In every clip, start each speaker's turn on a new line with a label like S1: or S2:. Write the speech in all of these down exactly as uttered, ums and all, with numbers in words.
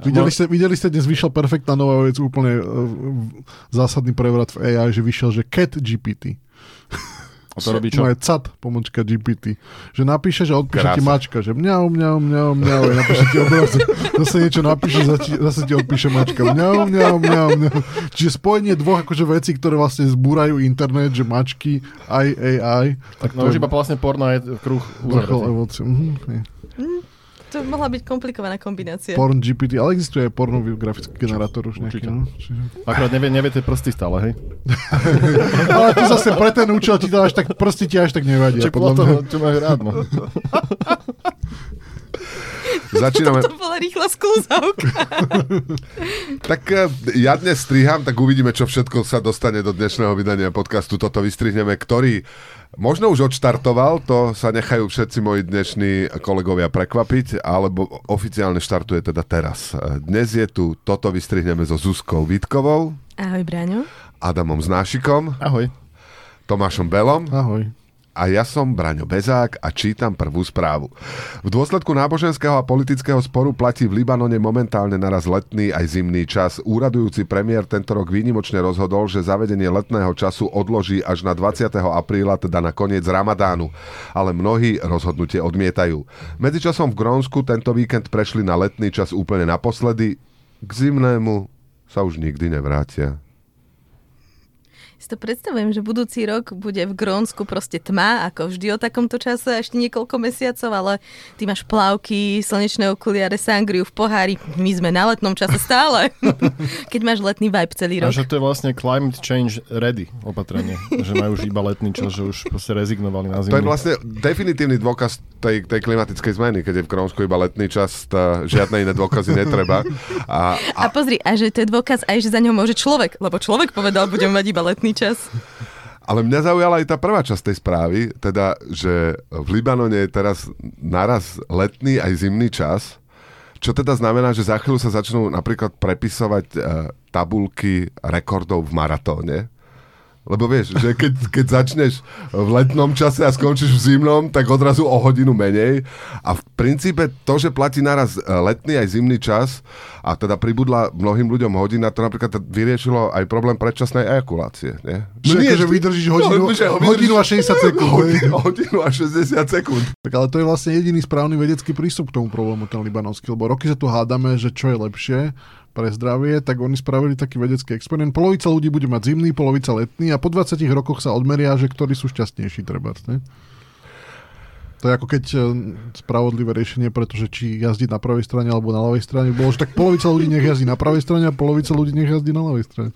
S1: Videli ste, videli ste, dnes vyšiel perfektná nová vec, úplne uh, zásadný prevrat v á í, že vyšiel, že Cat gé pé té.
S2: A to robí čo?
S1: Moje cat, pomočka gé pé té. Že napíše, že odpíše ti mačka, že mňau, mňau, mňau, mňau, a napíše ti obrazok. Zase niečo napíše, zase ti odpíše mačka. Mňau, mňau, mňau, mňau. Čiže spojenie dvoch akože vecí, ktoré vlastne zbúrajú internet, že mačky, aj á í.
S2: Tak no už iba vlastne porno je kruh uzavretý.
S1: Mhm.
S3: To mohla byť komplikovaná kombinácia.
S1: Porn gé pé té, ale existuje aj pornografický generátor už nejaký. No? Čiže...
S2: Akurát nevie, nevie tie prsty stále, hej?
S1: Ale ty zase pre ten účel ti to až tak, prsty ti až tak nevadia.
S2: Čiže podľa toho, čo máš rád, no.
S4: Začíname...
S3: To bola rýchla skluzavka.
S4: Tak ja dnes striham, tak uvidíme, čo všetko sa dostane do dnešného vydania podcastu. Toto vystrihneme, ktorý možno už odštartoval, to sa nechajú všetci moji dnešní kolegovia prekvapiť, alebo oficiálne štartuje teda teraz. Dnes je tu Toto vystrihneme so Zuzkou Vítkovou.
S3: Ahoj, Braňo.
S4: Adamom Znášikom.
S2: Ahoj.
S4: Tomášom Belom.
S1: Ahoj.
S4: A ja som Braňo Bezák a čítam prvú správu. V dôsledku náboženského a politického sporu platí v Libanone momentálne naraz letný aj zimný čas. Úradujúci premiér tento rok výnimočne rozhodol, že zavedenie letného času odloží až na dvadsiateho apríla, teda na koniec Ramadánu. Ale mnohí rozhodnutie odmietajú. Medzičasom v Grónsku tento víkend prešli na letný čas úplne naposledy. K zimnému sa už nikdy nevrátia.
S3: Si to predstavujem, že budúci rok bude v Grónsku proste tma, ako vždy o takomto čase, ešte niekoľko mesiacov, ale ty máš plavky, slnečné okuliare, sangriu v pohári. My sme na letnom čase stále. Keď máš letný vibe celý rok.
S2: A že to je vlastne climate change ready opatrenie. Že majú už iba letný čas, že už proste rezignovali na zimu.
S4: To je vlastne definitívny dôkaz tej, tej klimatickej zmeny. Keď je v Grónsku iba letný čas, tá, žiadne iné dôkazy netreba. A,
S3: a... a pozri, a že to je dôkaz aj, že za ňou môže človek, lebo človek povedal, budeme mať iba letný čas.
S4: Ale mňa zaujala aj tá prvá časť tej správy, teda, že v Libanone je teraz naraz letný aj zimný čas, čo teda znamená, že za chvíľu sa začnú napríklad prepisovať uh, tabulky rekordov v maratóne. Lebo vieš, že keď, keď začneš v letnom čase a skončíš v zimnom, tak odrazu o hodinu menej. A v princípe to, že platí naraz letný aj zimný čas a teda pribudla mnohým ľuďom hodina, to napríklad vyriešilo aj problém predčasnej ejakulácie. Nie,
S1: no nie že vydržíš hodinu, no, že hodinu a šesťdesiat sekúnd.
S4: Hodinu, hodinu a šesťdesiat sekúnd.
S1: Tak ale to je vlastne jediný správny vedecký prístup k tomu problému, ten libanonský. Lebo roky sa tu hádame, že čo je lepšie pre zdravie, tak oni spravili taký vedecký experiment. Polovica ľudí bude mať zimný, polovica letný a po dvadsiatich rokoch sa odmeria, že ktorí sú šťastnejší, treba. Ne? To je ako keď spravodlivé riešenie, pretože či jazdiť na pravej strane alebo na ľavej strane bolo, že tak polovica ľudí nech jazdí na pravej strane a polovica ľudí nech jazdí na ľavej strane.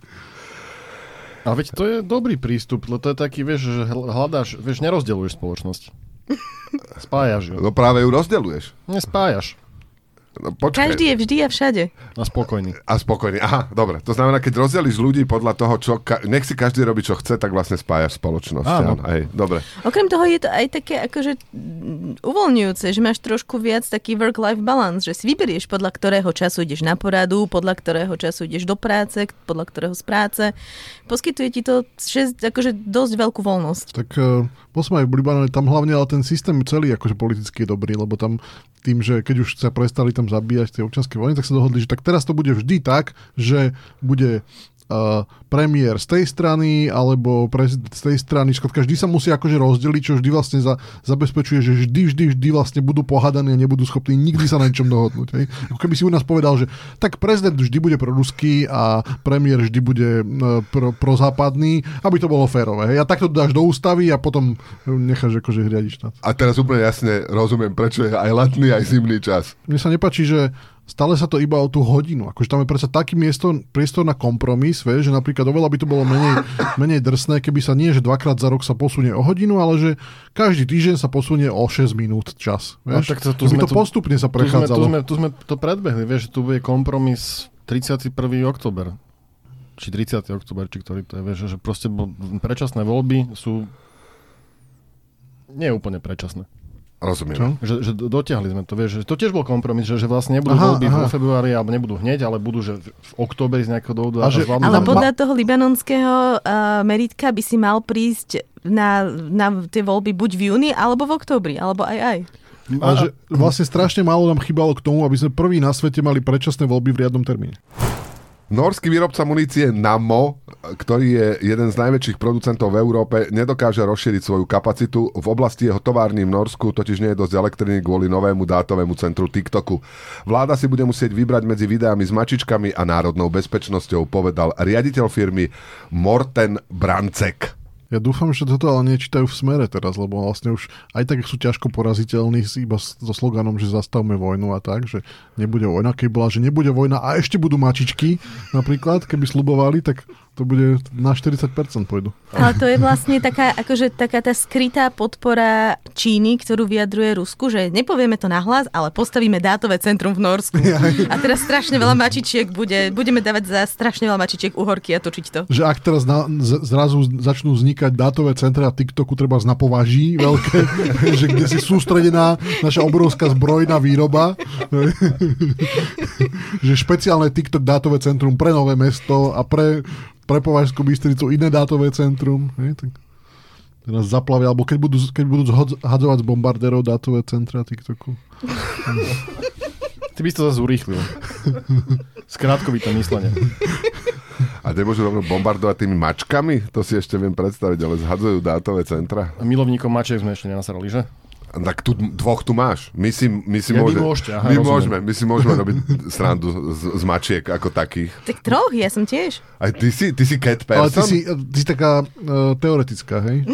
S2: A veď to je dobrý prístup, lebo to je taký, vieš, že hľadáš, vieš, nerozdeľuješ spoločnosť. Spájaš ju.
S4: No práve ju rozdeľuješ.
S2: Nespájaš.
S4: No, počkaj.
S3: Každý je vždy a všade.
S2: A spokojný.
S4: A spokojný. Aha, dobre. To znamená, keď rozdelíš ľudí podľa toho, čo ka- nech si každý robí, čo chce, tak vlastne spájaš spoločnosť.
S2: Áno.
S4: Hej, dobre.
S3: Okrem toho je to aj také akože uvoľňujúce, že máš trošku viac taký work-life balance, že si vyberieš, podľa ktorého času ideš na poradu, podľa ktorého času ideš do práce, podľa ktorého z práce. Poskytuje ti to šesť, akože dosť veľkú voľnosť.
S1: Tak uh, bol som aj v Libanone, tam hlavne, ale ten systém celý akože politicky je dobrý, lebo tam tým, že keď už sa prestali tam zabíjať tie občianske vojny, tak sa dohodli, že tak teraz to bude vždy tak, že bude uh, premiér z tej strany alebo prezident z tej strany, skladka vždy sa musí akože rozdeliť, čo vždy vlastne za, zabezpečuje, že vždy, vždy, vždy vlastne budú pohádaní a nebudú schopní nikdy sa na ničom dohodnúť. Hej. Ako keby si u nás povedal, že tak prezident vždy bude proruský a premiér vždy bude uh, pro, prozápadný, aby to bolo férové. Hej. A takto dáš do ústavy a potom necháš akože riadiť štát.
S4: A teraz úplne jasne rozumiem, prečo je aj letný, aj zimný čas.
S1: Mne sa nepáči, že stále sa to iba o tú hodinu. Akože tam je predsa taký miesto, priestor na kompromis, vie, že napríklad oveľa by to bolo menej, menej drsné, keby sa nie, že dvakrát za rok sa posunie o hodinu, ale že každý týždeň sa posunie o šesť minút čas. Vieš?
S2: No, tak to, tu
S1: by to
S2: tu,
S1: postupne sa prechádzalo.
S2: Tu sme, tu, sme, tu sme to predbehli, vieš, že tu bude kompromis tridsiateho prvého október. Či tridsiateho október, či ktorý to je, vieš, že proste predčasné voľby sú nie úplne predčasné.
S4: Rozumiem.
S2: Že, že dotiahli sme to, vieš, že to tiež bol kompromis, že, že vlastne nebudú aha, voľby aha. vo februári, alebo nebudú hneď, ale budú, že v októberi z nejakého dôvodu.
S3: Že, ale podľa toho libanonského uh, meritka by si mal prísť na, na tie voľby buď v júni, alebo v októbri, alebo aj aj.
S1: Ale že vlastne strašne málo nám chýbalo k tomu, aby sme prví na svete mali predčasné voľby v riadnom termíne.
S4: Norský výrobca munície Nammo, ktorý je jeden z najväčších producentov v Európe, nedokáže rozšíriť svoju kapacitu. V oblasti jeho tovární v Norsku totiž nie je dosť elektriny kvôli novému dátovému centru TikToku. Vláda si bude musieť vybrať medzi videami s mačičkami a národnou bezpečnosťou, povedal riaditeľ firmy Morten Brancek.
S1: Ja dúfam, že toto ale nečítajú v Smere teraz, lebo vlastne už aj tak sú ťažko poraziteľní iba so sloganom, že zastavme vojnu a tak, že nebude vojna. Keď bola, že nebude vojna a ešte budú mačičky, napríklad, keby slubovali, tak to bude na štyridsať percent pôjdu.
S3: Ale to je vlastne taká, akože, taká tá skrytá podpora Číny, ktorú vyjadruje Rusku, že nepovieme to nahlas, ale postavíme dátové centrum v Norsku. A teraz strašne veľa mačičiek bude, budeme dávať za strašne veľa mačičiek uhorky a točiť to. Že
S1: ak teraz na, z, zrazu začnú vznikať dátové centra TikToku, treba z napovaží veľké, že kde si sústredená naša obrovská zbrojná výroba, že špeciálne TikTok dátové centrum pre Nové Mesto a pre pre Považskú Bystricu iné dátové centrum. Hej, tak teraz zaplavia, alebo keď budú, keď budú hadzovať z bombardérov dátové centra TikToku.
S2: Ty by si to zase urýchlil. Skrátkovité myslenie.
S4: A nemôžu rovno bombardovať tými mačkami? To si ešte viem predstaviť, ale zhadzujú dátové centra.
S2: A milovníkom mačiek sme ešte nenasrali, že?
S4: Tak tu, dvoch tu máš. My si, my si
S2: ja
S4: môže,
S2: my, môžete, aha,
S4: my môžeme, my si môžeme robiť srandu z, z mačiek ako takých.
S3: Tak troch, ja som tiež.
S4: Aj ty si, ty si cat person?
S1: Ale ty si, ty si taká uh, teoretická, hej?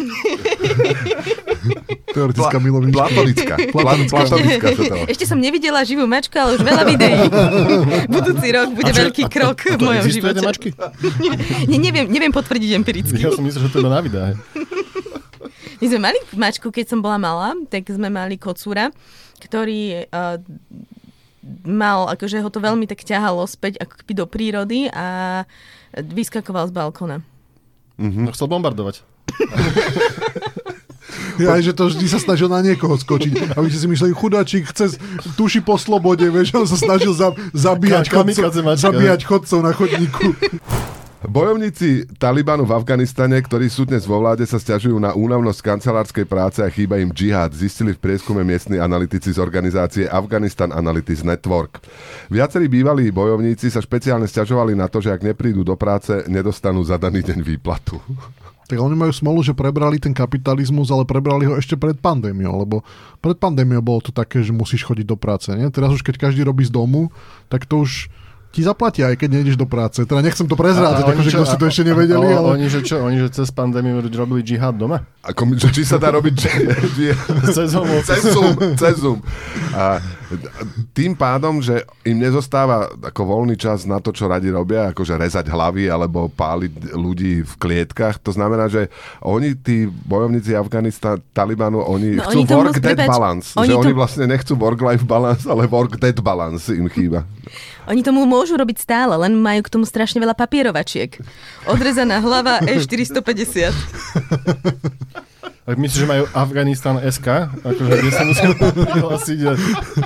S1: Teoretická Pla, milovníčka.
S4: Platonická. Platonická. Platonická
S3: Ešte som nevidela živú mačku, ale už veľa videí. Budúci rok bude čo, veľký krok v mojom živote.
S2: Mačky?
S3: Ne, neviem, neviem potvrdiť empiricky.
S2: Ja som myslel, že to iba na videách.
S3: My sme mali mačku, keď som bola malá, tak sme mali kocúra, ktorý uh, mal, akože ho to veľmi tak ťahalo späť ako keby do prírody a vyskakoval z balkóna.
S2: Mm-hmm. No chcel bombardovať.
S1: Ja, že to vždy sa snažil na niekoho skočiť. A vy ste si mysleli, chudáčik chce tuši po slobode, vieš, on sa snažil za, zabíjať, chodcov, zabíjať chodcov na chodníku.
S4: Bojovníci Talibanu v Afganistane, ktorí sú dnes vo vláde, sa sťažujú na únavnosť kancelárskej práce a chýba im džihad, zistili v prieskume miestni analytici z organizácie Afghanistan Analytics Network. Viacerí bývalí bojovníci sa špeciálne sťažovali na to, že ak neprídu do práce, nedostanú za daný deň výplatu.
S1: Tak oni majú smolu, že prebrali ten kapitalizmus, ale prebrali ho ešte pred pandémiou, lebo pred pandémiou bolo to také, že musíš chodiť do práce. Nie? Teraz už keď každý robí z domu, tak to už ti zaplatia, aj keď nejdeš do práce. Teda nechcem to prezrádzať, akože kto si to ešte nevedeli.
S2: Ale...
S1: Oni,
S2: že čo? Oni, že cez pandémiu robili džihad doma?
S4: Ako, že či sa dá robiť
S2: cez Zoom.
S4: Cez Zoom. Cez Zoom. A tým pádom, že im nezostáva ako voľný čas na to, čo radi robia, akože rezať hlavy alebo páliť ľudí v klietkach. To znamená, že oni, tí bojovníci Afganistanu, Talibanu, oni no, chcú
S3: oni
S4: work-dead balance.
S3: Oni
S4: že
S3: to...
S4: oni vlastne nechcú work-life balance, ale work-dead balance im chýba.
S3: Oni tomu môžu robiť stále, len majú k tomu strašne veľa papierovačiek. Odrezaná hlava E štyristopäťdesiat.
S2: Tak myslíš, že majú Afganistan es ká? Akože kde sa musia prihlásiť? A...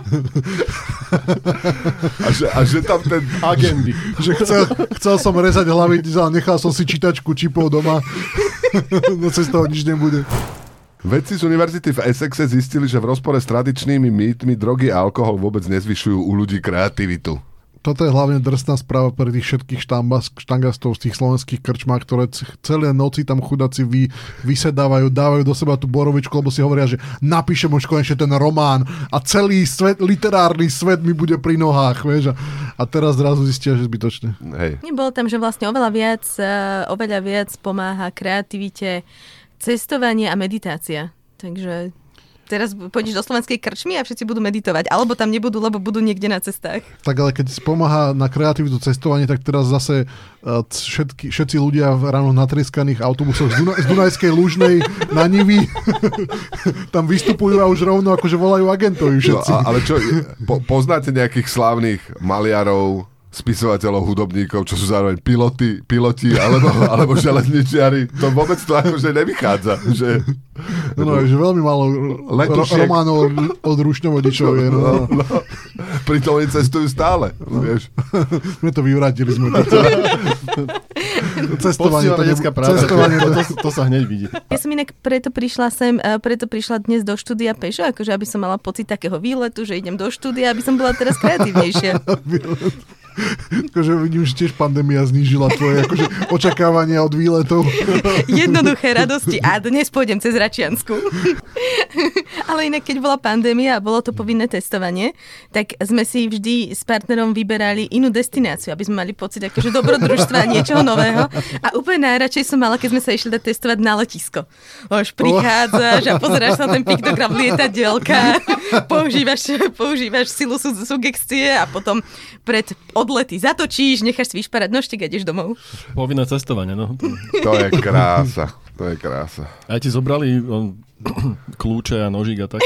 S4: A, že, a že tam ten...
S2: Agendy.
S1: Že chcel, chcel som rezať hlavy, ale nechal som si čítačku čipov doma. No cez toho nič nebude.
S4: Vedci z univerzity v Essexe zistili, že v rozpore s tradičnými mýtmi drogy a alkohol vôbec nezvyšujú u ľudí kreativitu.
S1: Toto je hlavne drsná správa pre tých všetkých štambas, štangastov z tých slovenských krčmách, ktoré celé noci tam chudáci vy, vysedávajú, dávajú do seba tú borovičku, lebo si hovoria, že napíšem už konečne ten román a celý svet, literárny svet mi bude pri nohách, vieš. A teraz zrazu zistia, že zbytočne.
S4: Hej.
S3: Nebolo tam, že vlastne oveľa viac, oveľa viac pomáha kreativite cestovanie a meditácia. Takže teraz pôjdeš do slovenskej krčmy a všetci budú meditovať. Alebo tam nebudú, lebo budú niekde na cestách.
S1: Tak ale keď pomáha na kreativitu cestovanie, tak teraz zase uh, všetky, všetci ľudia v ráno natrieskaných autobusoch z, Duna, z Dunajskej Lužnej na Nivi tam vystupujú a už rovno akože volajú agentovi všetci.
S4: No, ale čo, po, poznáte nejakých slávnych maliarov, spisovateľov, hudobníkov, čo sú zároveň piloti, piloti alebo, alebo železničiari. To vôbec to akože nevychádza. Že...
S1: No, no, že veľmi málo
S4: Letušiek...
S1: románov od rušňovodičov je. No.
S4: No, no. Pritom oni cestujú stále. Vieš.
S1: My to vyvrátili sme to. Cestovanie, to,
S2: vedecká práca,
S1: cestovanie
S2: to, to, to sa hneď vidí.
S3: Ja som inak preto prišla sem, uh, preto prišla dnes do štúdia pešo, akože aby som mala pocit takého výletu, že idem do štúdia, aby som bola teraz kreatívnejšia.
S1: Akože vidím, že tiež pandémia znížila tvoje akože, očakávania od výletov.
S3: Jednoduché radosti. A dnes pôjdem cez Račiansku. Ale inak, keď bola pandémia a bolo to povinné testovanie, tak sme si vždy s partnerom vyberali inú destináciu, aby sme mali pocit akože dobrodružstva a niečoho nového. A úplne najradšej som mala, keď sme sa išli dať testovať na letisko. Už prichádzaš a pozeráš sa na ten piktogram lietadielka, používaš, používaš silu su- sugestie a potom pred odlety zatočíš, necháš si vyšparať nožtek a ideš domov.
S2: Povinné cestovanie, no.
S4: To je krása. To je krása.
S2: A ti zobrali on, kľúče a nožík a tak?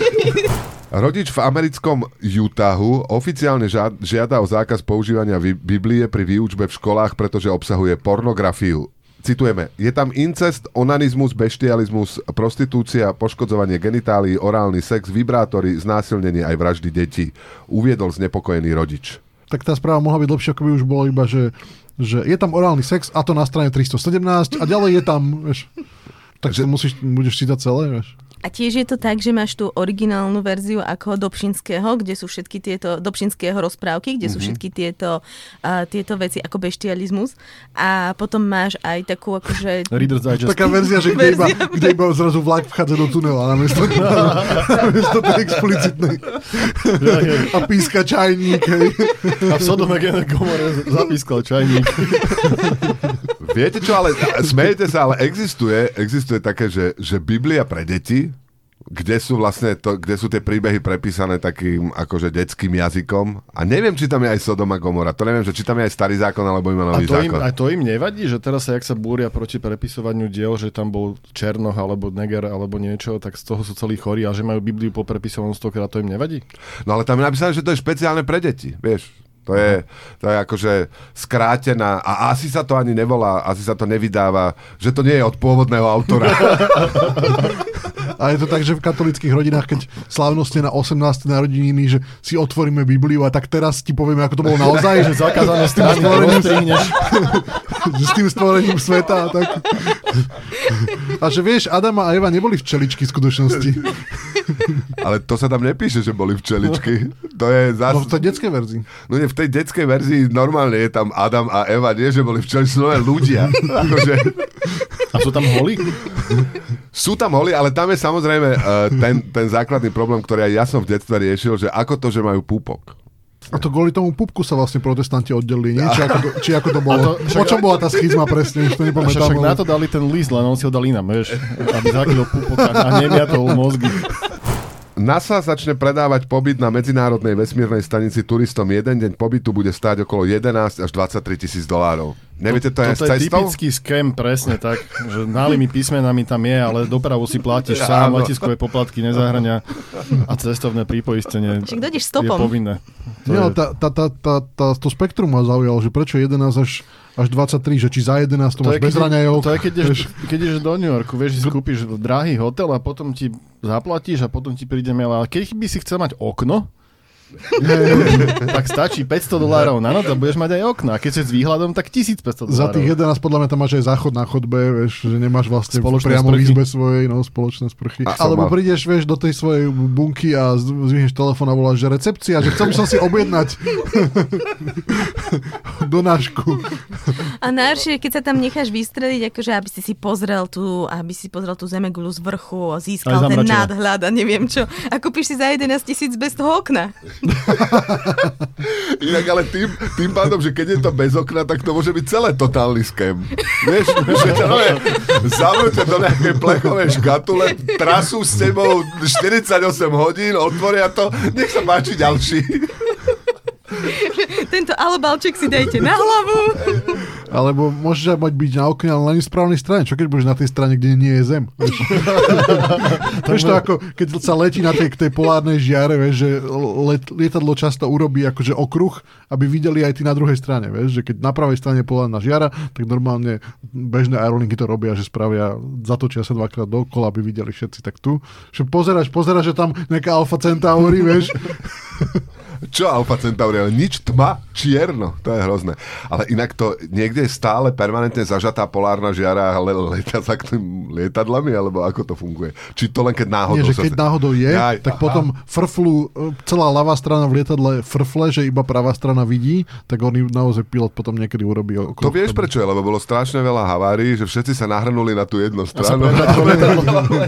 S4: Rodič v americkom Utahu oficiálne žiada o zákaz používania Biblie pri výučbe v školách, pretože obsahuje pornografiu. Citujeme, je tam incest, onanizmus, beštializmus, prostitúcia, poškodzovanie genitálií, orálny sex, vibrátory, znásilnenie aj vraždy detí. Uviedol znepokojený rodič.
S1: Tak tá správa mohla byť lepšia, ako by už bolo iba, že, že je tam orálny sex a to na strane tristosedemnásť a ďalej je tam, vieš. Tak to musíš, budeš čítať celé, vieš.
S3: A tiež je to tak, že máš tú originálnu verziu ako Dobšinského, kde sú všetky tieto, Dobšinského rozprávky, kde mm-hmm. sú všetky tieto, uh, tieto veci ako beštializmus. A potom máš aj takú akože...
S2: Reader's Digest.
S1: Taká verzia, že kde, verzia, iba, kde iba zrazu vlak vchádza do tunela namiesto, namiesto tej explicitnej. A píska čajník, hej.
S2: A v Sodome a Gomore zapískal čajník.
S4: Viete čo, ale smejete sa, ale existuje, existuje také, že, že Biblia pre deti, kde sú vlastne to, kde sú tie príbehy prepísané takým akože detským jazykom. A neviem, či tam je aj Sodom a Gomora. To neviem, že či tam je aj starý zákon, alebo iba nový
S2: a to
S4: zákon.
S2: Im, a to im nevadí, že teraz sa, jak sa búria proti prepisovaniu diel, že tam bol Černoch, alebo Neger, alebo niečo, tak z toho sú celí chorí a že majú Bibliu poprepisovanú stokrát, to im nevadí?
S4: No ale tam je napísané, že to je špeciálne pre deti, vieš. To je, to je akože skrátená a asi sa to ani nevolá, asi sa to nevydáva, že to nie je od pôvodného autora.
S1: A je to tak, že v katolických rodinách, keď slávnostne na osemnáste narodeniny, že si otvoríme Bibliu a tak teraz ti povieme, ako to bolo naozaj, že zakázané s tým stvorením, s tým stvorením sveta a tak. A že vieš, Adam a Eva neboli včeličky v skutočnosti.
S4: Ale to sa tam nepíše, že boli včeličky. To je zás...
S1: No v tej detskej verzii.
S4: No nie, v tej detskej verzii normálne je tam Adam a Eva, nie, že boli včeličky, sú ľudia. Akože...
S2: A sú tam holí?
S4: Sú tam holí, ale tam je samozrejme uh, ten, ten základný problém, ktorý aj ja som v detstve riešil, že ako to, že majú púpok.
S1: A to kvôli tomu pupku sa vlastne protestanti oddelili, nie? Či ako to, či ako to bolo? To, však... O čom bola tá schizma presne? Už to nepamätám.
S2: Však na to dali ten list, len on si ho dal inám, vieš, aby zakryl pupok a nemiatol mozgy.
S4: NASA začne predávať pobyt na medzinárodnej vesmírnej stanici turistom. Jeden deň pobytu bude stáť okolo jedenásť až dvadsaťtri tisíc dolárov. Neviete, to, to je s cestou?
S2: To je typický scam, presne tak, že nálými písmenami tam je, ale dopravu si platíš sám, letiskové poplatky nezahrania a cestovné prípoistenie je povinné.
S1: Nie, tá, tá, tá, tá, tá, to spektrum ma zaujalo, že prečo jedenásť až, až dvadsaťtri, že či za jedenásť to, to máš bez raňajok.
S2: To je, keď ideš, keď ideš do New Yorku, vieš, si kúpiš drahý hotel a potom ti zaplatíš a potom ti príde mail. Ale keď by si chcel mať okno, tak stačí päťsto dolárov na noc a budeš mať aj okno. A keď si s výhľadom, tak tisícpäťsto dolárov.
S1: Za tých jedenásť podľa mňa tam máš aj záchod na chodbe, vieš, že nemáš vlastne
S2: spoločné
S1: priamo
S2: sprchy.
S1: v izbe svojej, no, spoločné sprchy. A Alebo mal... prídeš, vieš, do tej svojej bunky a zvihneš telefón a voláš, že recepcia, že chcel by som si objednať donášku.
S3: A najhoršie, keď sa tam necháš vystreliť, akože aby si si pozrel tú, aby si pozrel tú zemegulu z vrchu a získal ten nadhľad a neviem čo. A kúpiš si za jedenásť tisíc bez toho okna.
S4: Inak ale tým, tým pádom, že keď je to bez okna, tak to môže byť celé totálny scam. Vieš, že to je zavrúte do nejakej plechovej škatule, trasú s tebou štyridsaťosem hodín, otvoria to, nech sa páči ďalší.
S3: Tento alobalček si dajte na hlavu.
S1: Alebo môžeš mať byť na okne, ale na nesprávnej strane. Čo keď budeš na tej strane, kde nie je zem? Vieš, vieš to ako, keď sa letí na tej, tej polárnej žiare, vieš, že let, lietadlo často urobí akože okruh, aby videli aj tí na druhej strane. Vieš, že keď na pravej strane je polárna žiara, tak normálne bežné aerolinky to robia, že spravia, zatočia sa dvakrát dokola, aby videli všetci. Tak tu, že pozeráš, pozeráš, že tam nejaká Alfa Centauri, vieš.
S4: Čo Alfa Centauri? Ale nič, tma, čierno. To je hrozné. Ale inak to niekde je stále permanentne zažatá polárna žiara a le- leta sa k tým lietadlami, alebo ako to funguje? Či to len keď náhodou...
S1: Nie, že keď
S4: sa...
S1: náhodou je,
S4: Jaj,
S1: tak
S4: aha.
S1: potom frflu, celá ľavá strana v lietadle frfle, že iba pravá strana vidí, tak on naozaj pilot potom niekedy urobí okruh.
S4: To vieš prečo je? Lebo bolo strašne veľa havárií, že všetci sa nahrnuli na tú jednu
S2: A sa
S4: stranu.
S2: predali-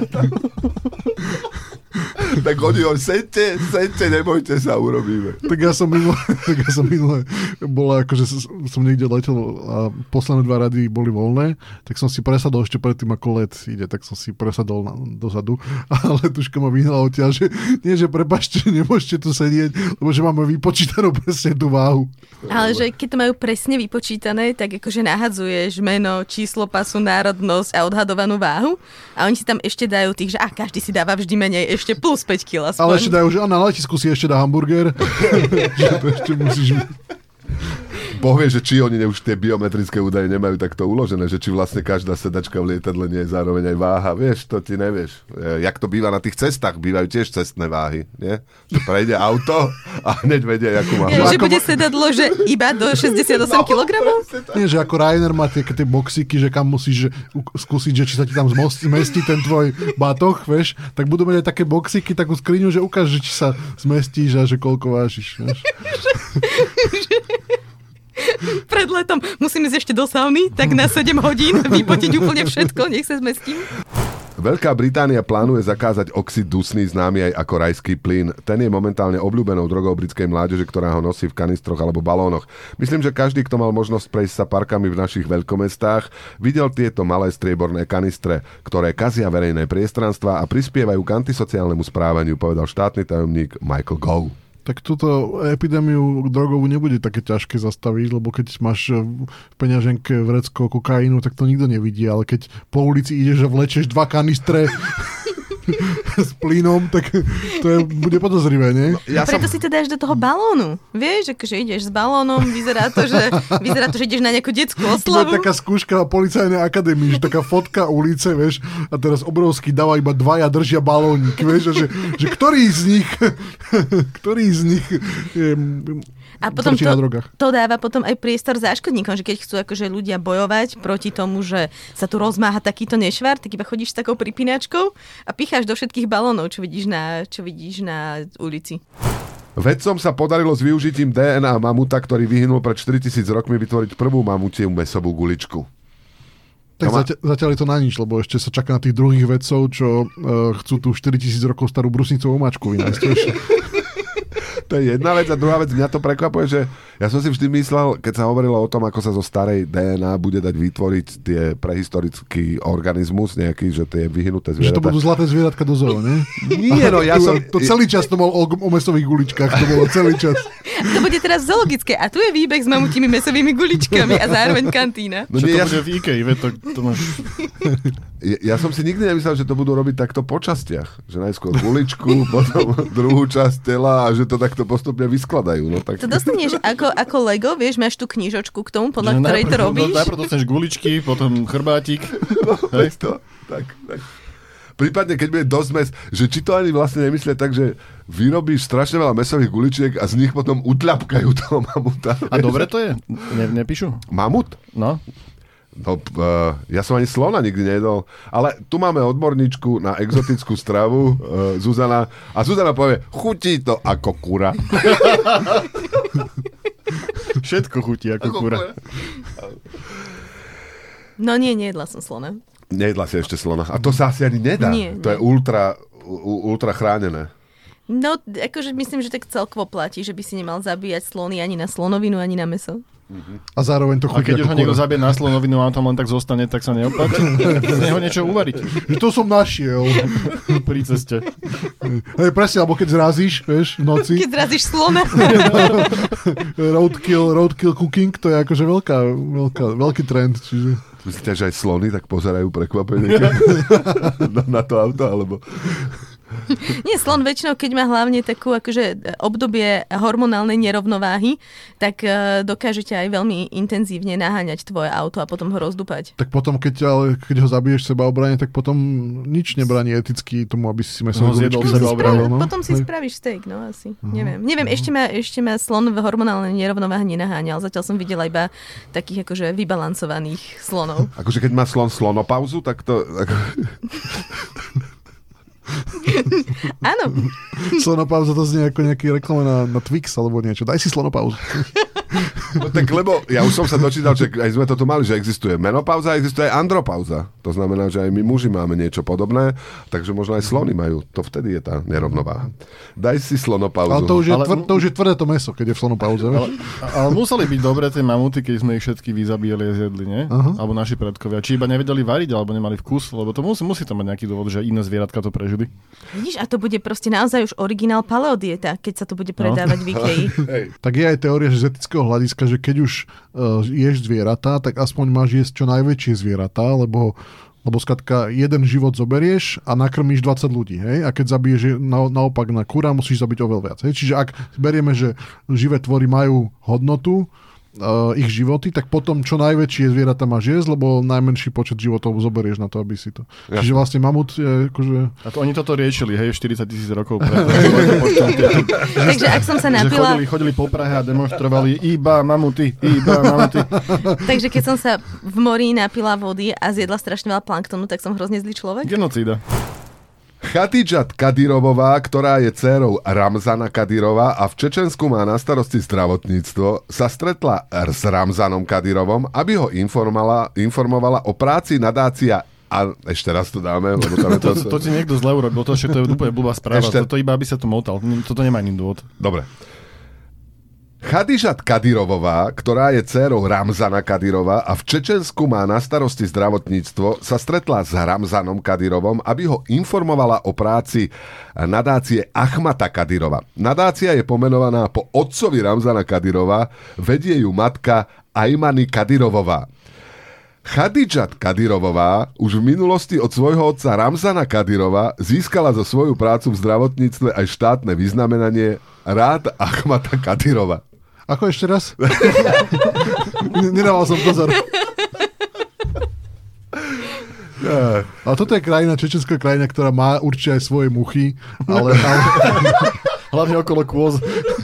S4: Tak oni ho, sedte, sedte, nebojte sa, urobíme.
S1: Tak ja som minule, tak ja som minule bola akože som niekde letel a posledné dva rady boli voľné, tak som si presadol ešte predtým, ako let ide, tak som si presadol na, dozadu a letuška ma vyhnala odtiaľ, že nie, že prepáčte, nemôžete tu sedieť, lebo že máme vypočítanú presne tú váhu.
S3: Ale že keď to majú presne vypočítané, tak akože nahadzuješ meno, číslo pasu, národnosť a odhadovanú váhu a oni si tam ešte dajú tých, že a každý si dáva vždy menej, ešte plus päť kil aspoň.
S1: Ale ešte dajú, že a na letisku si ešte dá hamburger, že to ešte musíš...
S4: Boh vie, že či oni už tie biometrické údaje nemajú takto uložené, že či vlastne každá sedačka v lietadle nie je zároveň aj váha. Vieš, to ti nevieš. E, jak to býva na tých cestách, bývajú tiež cestné váhy, nie? Že prejde auto a hneď vedia, akú má
S3: Ja,
S4: váhu.
S3: že bude sedadlo, že iba do šesťdesiatosem kilogramov?
S1: Nie, že ako Ryanair má tie, tie boxíky, že kam musíš že, u- skúsiť, že či sa ti tam zmostí, zmestí ten tvoj batoh, vieš, tak budú mať aj také boxíky, takú skriňu, že ukáž, že či sa zmestíš a že koľko vážiš, vieš.
S3: Pred letom musím ísť ešte do sauny, tak na sedem hodín vypotiť úplne všetko, nech sa zmestím.
S4: Veľká Británia plánuje zakázať oxid dusný, známy aj ako rajský plyn. Ten je momentálne obľúbenou drogou britskej mládeže, ktorá ho nosí v kanistroch alebo balónoch. Myslím, že každý, kto mal možnosť prejsť sa parkami v našich veľkomestách, videl tieto malé strieborné kanistre, ktoré kazia verejné priestranstva a prispievajú k antisociálnemu správaniu, povedal štátny tajomník Michael Gove.
S1: Tak túto epidémiu drogovú nebude také ťažké zastaviť, lebo keď máš v peňaženke vrecko kokainu, tak to nikto nevidí, ale keď po ulici ideš a vlečeš dva kanistre s plynom, tak to je, bude podozrivé, nie?
S4: Ja
S3: Preto si to dáš do toho balónu. Vieš, akože ideš s balónom, vyzerá to, že, vyzerá to, že ideš na nejakú detskú
S1: To
S3: oslavu.
S1: je taká skúška na policajnej akadémii, že taká fotka ulice, vieš, a teraz obrovský dáva iba dvaja držia balónik, vieš, a že, že ktorý z nich ktorý z nich je,
S3: A potom
S1: trčí
S3: to,
S1: na drogách.
S3: to dáva potom aj priestor záškodníkom, že keď chcú akože ľudia bojovať proti tomu, že sa tu rozmáha takýto nešvar, tak iba chodíš s takou pripínačkou a picháš do všetkých balónov, čo vidíš na, čo vidíš na ulici.
S4: Vedcom sa podarilo s využitím dé en á mamuta, ktorý vyhynul pred štyritisíc rokmi, vytvoriť prvú mamutiu mäsovú guličku.
S1: Tak
S4: To má-
S1: zatiaľ, zatiaľ je to na nič, lebo ešte sa čaká na tých druhých vedcov, čo uh, chcú tú štyritisíc rokov starú brusnicovú mačku vynájsť. vieš.
S4: To je jedna vec a druhá vec, mňa to prekvapuje, že ja som si vždy myslel, keď sa hovorilo o tom, ako sa zo starej dé en á bude dať vytvoriť tie prehistorický organizmus nejaký, že tie vyhnuté
S1: Že to
S4: zvieratá.
S1: budú zlaté zvieratka do zoo, nie?
S4: Nie, no ja som...
S1: To celý čas to bol o, o mesových guličkách, to bolo celý čas.
S3: To bude teraz zoologické a tu je výbeh s mamutými mesovými guličkami a zároveň kantína.
S4: No
S2: Čo
S4: nie,
S2: to
S4: ja,
S2: bude v Ikei, vie, to, to máš...
S4: ja, ja som si nikdy nemyslel, že to budú robiť takto po častiach. Že najskôr guličku, potom druhú časť tela a že to takto postupne vyskladajú. No, tak...
S3: To dostaneš ako, ako Lego, vieš, máš tú knižočku k tomu, podľa
S2: Že
S3: ktorej to
S2: najprv-
S3: robíš.
S2: Najprv dostaneš guličky, potom chrbátik.
S4: Hej. To, tak, tak. Prípadne, keď bude dosť mes, že či to ani vlastne nemyslia tak, že vyrobíš strašne veľa mesových guličiek a z nich potom utľapkajú toho mamuta.
S2: A dobre to je? Ne, nepíšu?
S4: Mamut?
S2: No.
S4: No, uh, ja som ani slona nikdy nejedol. Ale tu máme odborníčku na exotickú stravu, uh, Zuzana. A Zuzana povie, chutí to ako kura.
S2: Všetko chutí ako kura.
S3: No nie, nejedla som slona.
S4: Nejedla si ešte slona. A to sa asi ani nedá.
S3: Nie,
S4: to
S3: nie.
S4: je ultra, u, ultra chránené.
S3: No, akože myslím, že tak celkovo platí, že by si nemal zabíjať slony ani na slonovinu, ani na mäso.
S1: A zároveň to
S2: A
S1: chutí
S2: keď už
S1: ako
S2: ho niekto
S1: kura.
S2: zabije na slonovinu a on tam len tak zostane, tak sa neopáči. Z neho niečo uvariť
S1: Že to som našiel.
S2: pri ceste.
S1: Hej, presne, alebo keď zrazíš, vieš, v noci.
S3: Keď zrazíš slona.
S1: roadkill, roadkill cooking, to je akože veľká, veľká, veľký trend. Čiže...
S4: Myslíte, že aj slony tak pozerajú prekvapenie na, na to auto? Alebo...
S3: Nie, slon väčšinou, keď má hlavne takú akože obdobie hormonálnej nerovnováhy, tak uh, dokáže ťa aj veľmi intenzívne naháňať tvoje auto a potom ho rozdúpať.
S1: Tak potom, keď, ale, keď ho zabiješ seba obrane, tak potom nič nebráni eticky tomu, aby si mesové
S2: No, zjedol
S1: guličky
S2: seba obranu.
S1: no?
S3: Potom si spravíš steak, no asi. Uh-huh. Neviem. Neviem, ešte ma, ešte ma slon v hormonálnej nerovnováhe nenaháňal. Zatiaľ som videla iba takých akože vybalancovaných slonov.
S4: Akože keď má slon slonopauzu, tak to... Ako...
S3: Áno.
S1: Slonopauza to znie ako nejaký reklama na, na Twix alebo niečo. Daj si slonopauzu.
S4: No tak lebo ja už som sa dočítal, že aj sme to tu mali, že existuje menopauza a existuje aj andropauza. To znamená, že aj my muži máme niečo podobné, takže možno aj slony majú. To vtedy je tá nerovnováha. Daj si slonopauzu.
S1: Ale to už je,
S2: Ale-
S1: tvr, to už je tvrdé to meso, keď je v slonopauze.
S2: Ale, ale museli byť dobré tie mamuty, keď sme ich všetky vyzabíjali a zjedli, nie?
S1: Aha.
S2: Alebo naši predkovia. Či iba nevedeli variť, alebo nemali vkus, lebo to musí, musí to mať nejaký dôvod, že iné zvieratka to prežili.
S3: Vidíš, a to bude proste naozaj už originál paleodieta, keď sa to bude predávať v Ikei.
S4: Hej.
S1: Tak je aj teória, že z etického hľadiska, že keď už uh, ješ zvieratá, tak aspoň máš jesť čo najväčšie zvieratá, lebo lebo skladka jeden život zoberieš a nakrmíš dvadsať ľudí, hej? A keď zabiješ na, naopak na kura, musíš zabiť oveľa viac, hej? Čiže ak berieme, že živé tvory majú hodnotu, Uh, ich životy, tak potom čo najväčšie zvieratá máš jesť, lebo najmenší počet životov zoberieš na to, aby si to...
S4: Jasne.
S1: Čiže vlastne mamut je akože...
S2: A to oni toto riešili, hej, štyridsať tisíc rokov pred.
S3: Takže ak som sa
S2: Že
S3: napila...
S2: chodili, chodili po Prahe a demonstrovali iba mamuty, iba mamuty.
S3: Takže keď som sa v mori napila vody a zjedla strašne veľa planktonu, tak som hrozne zlý človek?
S2: Genocída.
S4: Chatidžat Kadirovová, ktorá je dcérou Ramzana Kadyrova a v Čečensku má na starosti zdravotníctvo, sa stretla s Ramzanom Kadyrovom, aby ho informovala, informovala o práci nadácia. A ešte raz to dáme, lebo tam je to...
S2: To, to ti niekto zle urobil, to, že to je úplne blbá správa.
S4: Ešte-
S2: Toto iba, aby sa to motal. Toto nemá iný dôvod.
S4: Dobre. Chadidžat Kadyrovová, ktorá je dcérou Ramzana Kadyrova a v Čečensku má na starosti zdravotníctvo, sa stretla s Ramzanom Kadyrovom, aby ho informovala o práci nadácie Achmata Kadyrova. Nadácia je pomenovaná po otcovi Ramzana Kadyrova, vedie ju matka Ajmany Kadyrovová. Chadidžat Kadyrovová už v minulosti od svojho otca Ramzana Kadyrova získala za svoju prácu v zdravotníctve aj štátne vyznamenanie Rád Achmata Kadyrova.
S1: Ako ešte raz? Nedával som pozor. Ale toto je krajina, čečenská krajina, ktorá má určite aj svoje muchy, ale... ale...
S2: Hlavne okolo kôz.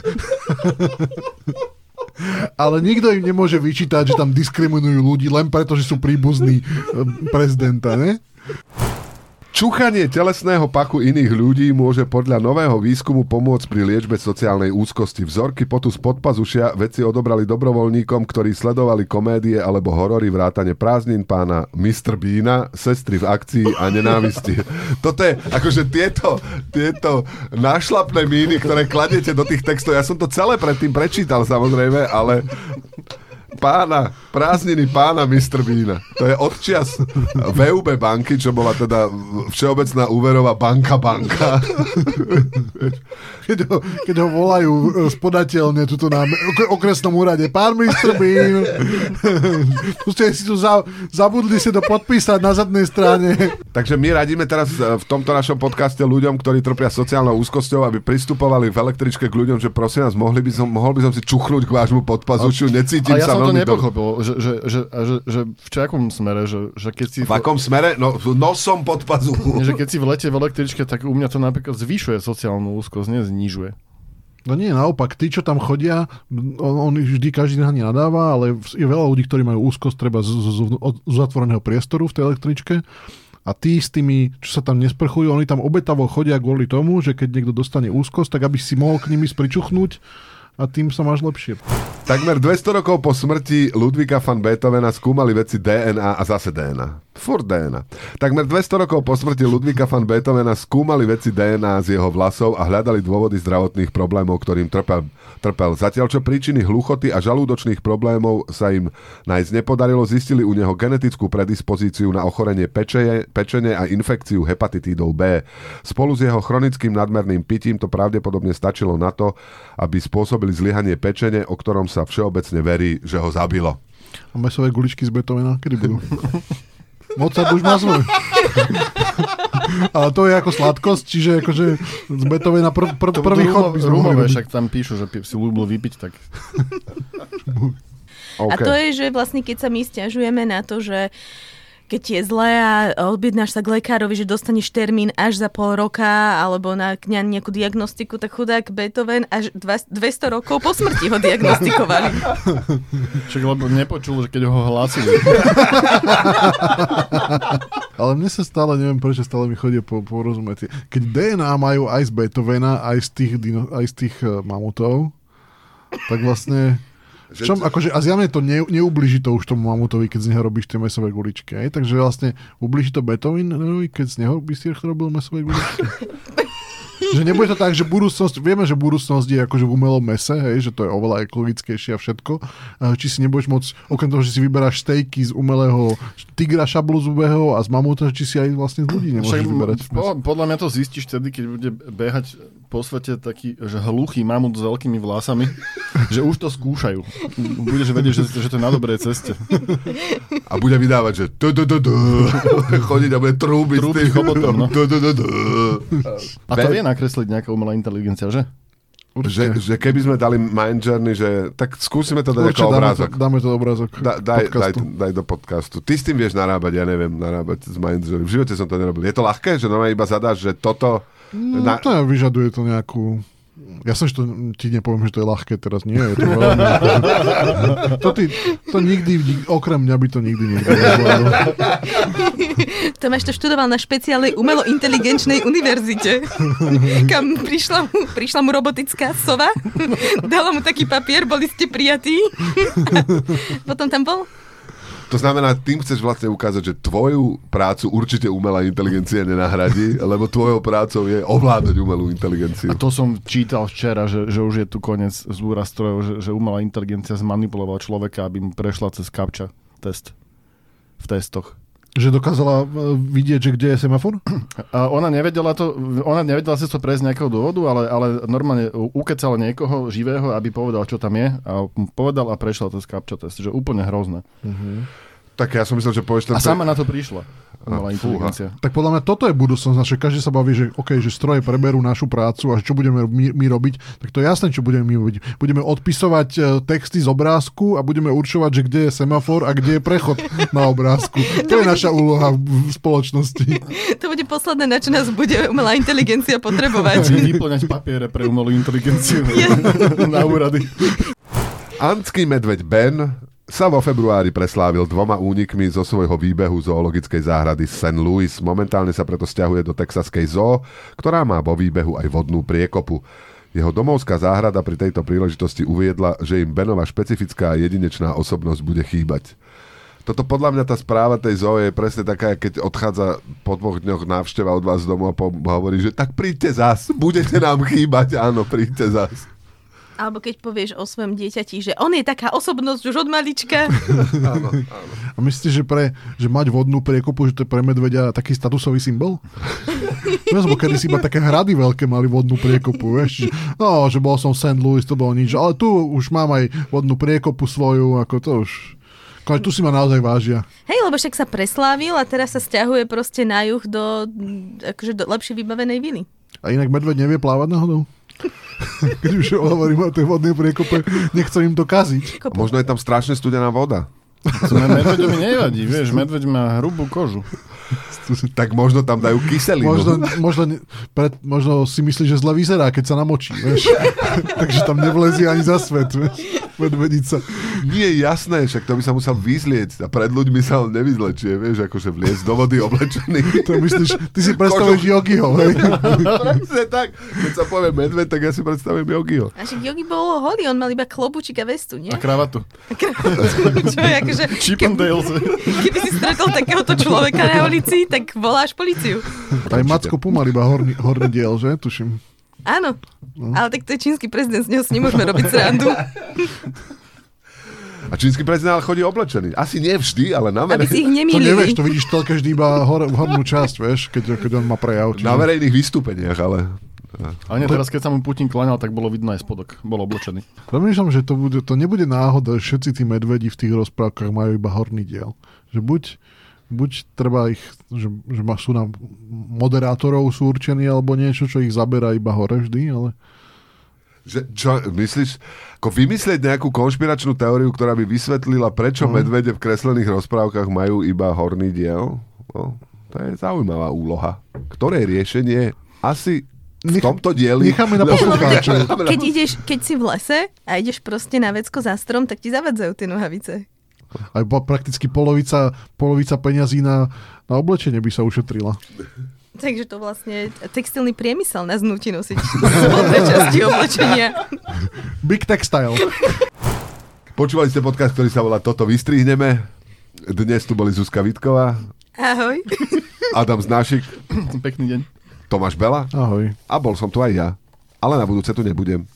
S1: Ale nikto im nemôže vyčítať, že tam diskriminujú ľudí len preto, že sú príbuzní prezidenta, ne?
S4: Čuchanie telesného pachu iných ľudí môže podľa nového výskumu pomôcť pri liečbe sociálnej úzkosti. Vzorky potu z podpazušia vedci odobrali dobrovoľníkom, ktorí sledovali komédie alebo horory vrátane Prázdnin pána mister Beana, Sestry v akcii a Nenávisti. Toto je, akože tieto, tieto nášlapné míny, ktoré kladete do tých textov, ja som to celé predtým prečítal samozrejme, ale... Pána, prázdniny pána mister Beana. To je odčias vé ú bé banky, čo bola teda Všeobecná úverová banka banka.
S1: Keď ho, keď ho volajú z podateľne tuto na okresnom úrade. Pán mister Bean, tu ste si tu za, zabudli si to podpísať na zadnej strane.
S4: Takže my radíme teraz v tomto našom podcaste ľuďom, ktorí trpia sociálnou úzkosťou, aby pristupovali v električke k ľuďom, že prosím vás, mohli by som, mohol by som si čuchnúť k vášmu podpazušiu, necítim
S2: ja
S4: sa
S2: som to
S4: veľmi
S2: nepochopil, že, že, že, že, že v čakom smere, že, že keď si...
S4: v akom smere? No, nosom pod pazuchu.
S2: Že keď si v lete v električke, tak u mňa to napríklad zvyšuje sociálnu úzkosť, nie znižuje.
S1: No nie, naopak, tí, čo tam chodia, on, on vždy každý na ne nadáva, ale je veľa ľudí, ktorí majú úzkosť treba z, z, z, z zatvoreného priestoru v tej električke. A tí s tými, čo sa tam nesprchujú, oni tam obetavo chodia kvôli tomu, že keď niekto dostane úzkosť, tak aby si mohol k nimi spričuchnúť a tým sa máš lepšie.
S4: Takmer dvesto rokov po smrti Ludvíka van Beethovena skúmali vedci dé en á a zase dé en á. Furt dé en á. Takmer dvesto rokov po smrti Ludvíka van Beethovena skúmali vedci dé en á z jeho vlasov a hľadali dôvody zdravotných problémov, ktorým trpel. trpel. Zatiaľ, čo príčiny hluchoty a žalúdočných problémov sa im nájsť nepodarilo, zistili u neho genetickú predispozíciu na ochorenie pečene, pečene a infekciu hepatitídou B. Spolu s jeho chronickým nadmerným pitím to pravdepodobne stačilo na to, aby spôsobili zlyhanie pečene, o ktorom sa všeobecne verí, že ho zabilo.
S1: A mesové guličky z Beethovena, kedy budú? Mozart už má svoj. Ale to je ako sladkosť, čiže akože z Beethovena pr- pr- prvý chod by sme mohli
S2: Rumové,
S1: robiť.
S2: však tam píšu, že si ľúbil vypiť, tak...
S3: Okay. A to je, že vlastne keď sa my stiažujeme na to, že keď je zle a objednáš sa k lekárovi, že dostaneš termín až za pol roka alebo na nejakú diagnostiku, tak chudák Beethoven až dvesto rokov po smrti ho diagnostikovali.
S2: Však lebo nepočul, že keď ho hlásili.
S1: Ale mne sa stále, neviem prečo stále mi chodia po, porozumieť. Keď dé en á majú aj z Beethovena, aj z tých, dino, aj z tých uh, mamutov, tak vlastne... V čom, akože, a zjavne to ne, neublíži to už tomu mamutovi, keď z neho robíš tie mesové guličky. Aj? Takže vlastne ublíži to Beethovenovi, keď z neho by si robil mesové guličky. Že nebude to tak, že budúcnosť, vieme, že budúcnosť je akože v umelom mese, hej, že to je oveľa ekologickejšie a všetko. Či si nebudeš môcť, okrem toho, že si vyberáš stejky z umelého tigra šablozubého a z mamuta, či si aj vlastne z ľudí nemôžeš
S2: Však,
S1: vyberať.
S2: Po, podľa mňa to zistíš vtedy, keď bude behať po svete taký, že hluchý mamut s veľkými vlásami, že už to skúšajú. Budeš vedieť, že, že to je na dobrej ceste.
S4: A bude vydávať, že tu, tu, tu, tu. Chodiť a bude trúbiť.
S2: Trúbiť chobotom, no.
S4: Tu, tu, tu, tu.
S2: A to vie nakresliť nejaká umelá inteligencia, že?
S4: Že, že keby sme dali Mindjourney, že tak skúsime to dať ako obrázok.
S1: To, dáme to obrázok.
S4: Da, daj, daj, daj do podcastu. Ty s tým vieš narábať, ja neviem, narábať s Mindjourney. V živote som to nerobil. Je to ľahké, že normálne iba zadáš, že toto...
S1: No,
S4: na...
S1: to vyžaduje to nejakú... Ja som, že to ti nepoviem, že to je ľahké teraz. Nie, je to veľmi... to, ty, to nikdy, okrem mňa by to nikdy nikdy nebolo.
S3: Tomáš to študoval na špeciálnej umelo-inteligenčnej univerzite. Kam prišla mu, prišla mu robotická sova, dala mu taký papier, boli ste prijatí. Potom tam bol...
S4: To znamená, tým chceš vlastne ukázať, že tvoju prácu určite umelá inteligencia nenahradí, lebo tvojou prácou je ovládať umelú inteligenciu.
S2: A to som čítal včera, že, že už je tu koniec zúra strojov, že, že umelá inteligencia zmanipulovala človeka, aby mu prešla cez kapča test v testoch.
S1: Že dokázala vidieť, že kde je semafor?
S2: A ona nevedela to, ona nevedela si to prejsť z nejakého dôvodu, ale, ale normálne ukecala niekoho živého, aby povedal, čo tam je, a povedal a prešla cez captcha test, že úplne hrozné.
S1: Uh-huh.
S4: Tak ja som myslel, že povieš ten...
S2: A sama na to prišla. Umelá inteligencia.
S1: Tak podľa mňa toto je budúcnosť naše. Každý sa baví, že OK, že stroje preberú našu prácu a čo budeme my, my robiť, tak to je jasné, čo budeme my robiť. Budeme odpisovať uh, texty z obrázku a budeme určovať, že kde je semafor a kde je prechod na obrázku. To je naša úloha v, v spoločnosti.
S3: To bude posledné, na čo nás bude umelá inteligencia potrebovať.
S2: Vyplňať papiere pre umelú inteligenciu na úrady.
S4: Andský medveď Ben sa vo februári preslávil dvoma únikmi zo svojho výbehu zoologickej záhrady Saint Louis. Momentálne sa preto sťahuje do texaskej zoo, ktorá má vo výbehu aj vodnú priekopu. Jeho domovská záhrada pri tejto príležitosti uviedla, že im Benova špecifická a jedinečná osobnosť bude chýbať. Toto podľa mňa tá správa tej zoo je presne taká, keď odchádza po dvoch dňoch návšteva od vás domov a hovorí, že tak príďte zas, budete nám chýbať, áno, príďte zas.
S3: Alebo keď povieš o svojom dieťati, že on je taká osobnosť už od malička.
S4: Áno, áno.
S1: A myslíte, že, pre, že mať vodnú priekopu, že to je pre medveďa taký statusový symbol? Vieš, bo kedy si iba také hrady veľké mali vodnú priekopu, vieš? No, že bol som v Saint Louis, to bolo nič, ale tu už mám aj vodnú priekopu svoju, ako to už... Tu si ma naozaj vážia.
S3: Hej, lebo však sa preslávil a teraz sa sťahuje proste na juh do, akože do lepšie vybavenej vily.
S1: A inak medveď nevie plávať náhodou? Keď už hovorím o tej vodnej priekope, nechcem im to kaziť.
S4: A možno je tam strašne studená voda.
S2: Medveďovi nevadí, vieš, medveď má hrubú kožu.
S4: Tak možno tam dajú kyselinu.
S1: Možno, možno, pred, možno si myslí, že zle vyzerá, keď sa namočí, vieš. Takže tam nevlezie ani za svet, vieš. Medvedica.
S4: Nie je jasné, však to by sa musel vyzlieť a pred ľuďmi sa on nevyzlečie, vieš, akože vliesť do vody oblečený.
S1: To myslíš, ty si predstavuješ Yogiho, hej?
S4: Presne tak. Keď sa povie medveď, tak ja si predstavím Yogiho.
S3: A však Yogi bol holý, on mal iba klobúčik a vestu, nie?
S2: A kravatu.
S3: Čo je akože...
S2: Chip and Dales.
S3: Keby si stretol takéhoto človeka na ulici, tak voláš políciu.
S1: Aj Macko Puma iba horný, horný diel, že? Tuším.
S3: Áno, no. Ale tak to je čínsky prezident, z neho si nemôžeme robiť srandu.
S4: A čínsky prezident ale chodí oblečený. Asi nie vždy, ale na
S3: Aby si ich
S1: To
S3: nemýlili.
S1: nevieš, to vidíš to každý iba hor, hornú časť, vieš, keď, keď on má prejav. Čiže...
S4: Na verejných vystúpeniach, ale...
S2: Ale nie, teraz keď sa mu Putin klaňal, tak bolo vidno aj spodok. Bol oblečený.
S1: Premýšľam, že to, bude, to nebude náhoda, že všetci tí medvedi v tých rozprávkach majú iba horný diel. Že buď buď treba ich, že, že má, sú na moderátorov sú určení, alebo niečo, čo ich zaberá iba hore vždy, ale...
S4: Že, čo, myslíš, ako vymyslieť nejakú konšpiračnú teóriu, ktorá by vysvetlila, prečo
S1: no.
S4: medvede v kreslených rozprávkach majú iba horný diel? No, to je zaujímavá úloha. Ktoré riešenie asi v tomto dieli...
S1: Necháme na poslucháčov.
S3: Keď, ideš, keď si v lese a ideš proste na vecko za strom, tak ti zavadzajú tie nohavice.
S1: Aj prakticky polovica, polovica peňazí na, na oblečenie by sa ušetrila.
S3: Takže to vlastne textilný priemysel nás nutí nosiť spodné časti oblečenia.
S1: Big Textile.
S4: Počúvali ste podcast, ktorý sa volá Toto vystrihneme. Dnes tu boli Zuzka Vítková.
S3: Ahoj.
S4: Adam Znášik.
S2: Pekný deň.
S4: Tomáš Bela.
S1: Ahoj.
S4: A bol som tu aj ja. Ale na budúce tu nebudem.